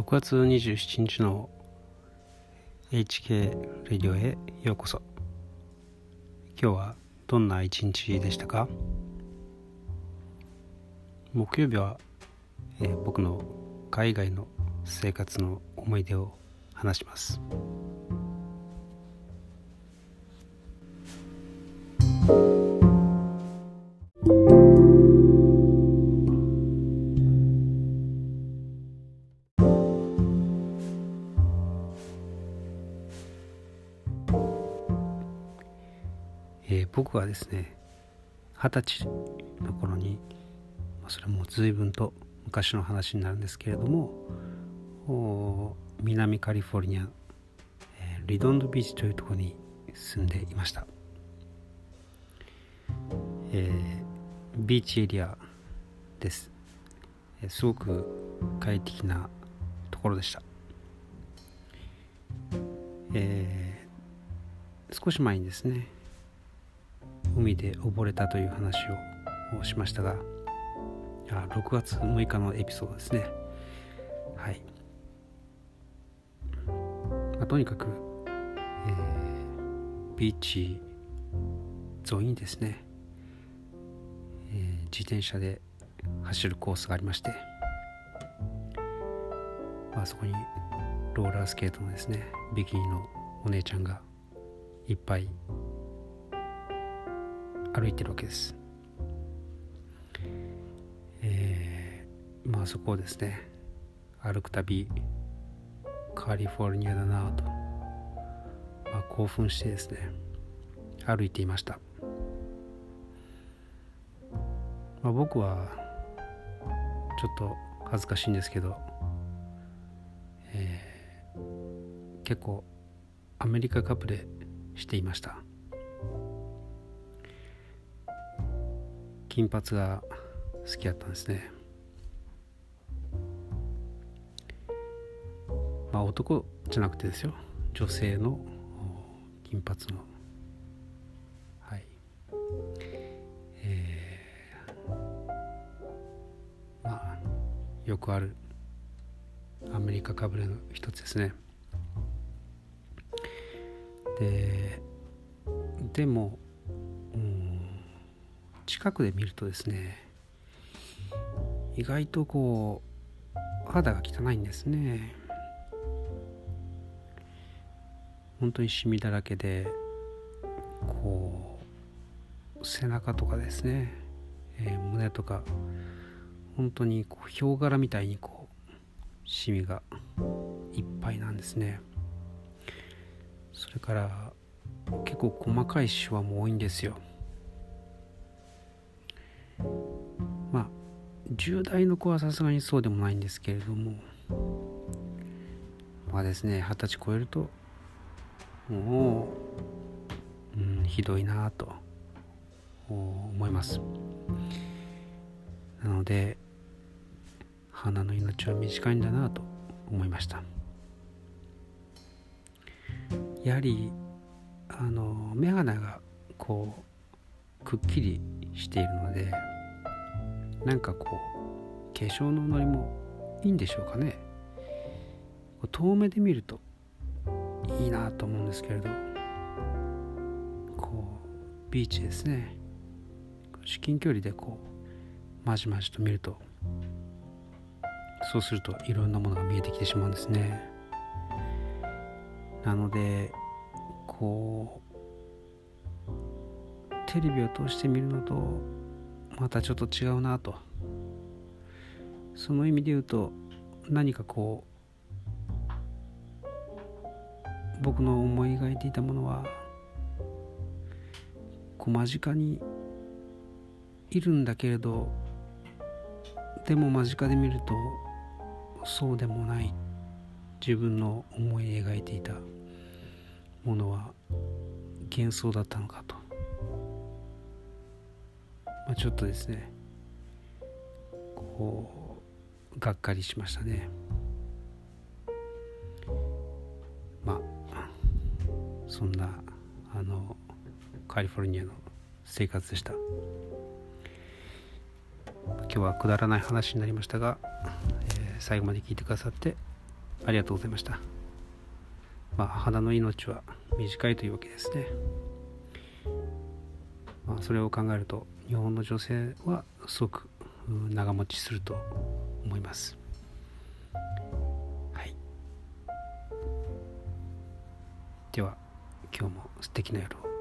6月27日の HK レディオへようこそ。今日はどんな一日でしたか？木曜日は、僕の海外の生活の思い出を話します。僕はですね、20歳の頃に、それも随分と昔の話になるんですけれども、南カリフォルニア、リドンドビーチというところに住んでいました。ビーチエリアです。すごく快適なところでした。少し前にですね、海で溺れたという話をしましたが、6月6日のエピソードですね。はい。とにかく、ビーチ沿いにですね、自転車で走るコースがありまして、そこにローラースケートのですね、ビキニのお姉ちゃんがいっぱい歩いてるわけです。そこをですね、歩くたびカリフォルニアだなと、興奮してですね、歩いていました。僕はちょっと恥ずかしいんですけど、結構アメリカかぶれしていました。金髪が好きだったんですね。男じゃなくてですよ、女性の金髪の、はい、よくあるアメリカかぶれの一つですね。でも、近くで見るとですね、意外と肌が汚いんですね。本当にシミだらけで、背中とかですね、胸とか本当にヒョウ柄みたいにシミがいっぱいなんですね。それから結構細かいシワも多いんですよ。10代の子はさすがにそうでもないんですけれども、ですね、20歳超えるともう、ひどいなと思います。なので花の命は短いんだなと思いました。やはり目鼻がくっきりしているので、化粧のノリもいいんでしょうかね。遠目で見るといいなと思うんですけれど、ビーチですね、至近距離でまじまじと見ると、そうするといろんなものが見えてきてしまうんですね。なのでテレビを通して見るのとまたちょっと違うなと。その意味で言うと、何か僕の思い描いていたものは間近にいるんだけれど、でも間近で見るとそうでもない、自分の思い描いていたものは幻想だったのかと、ちょっとですね、がっかりしましたね。そんなカリフォルニアの生活でした。今日はくだらない話になりましたが、最後まで聞いてくださってありがとうございました。花の命は短いというわけですね。それを考えると日本の女性はすごく長持ちすると思います。はい。では今日も素敵な夜を。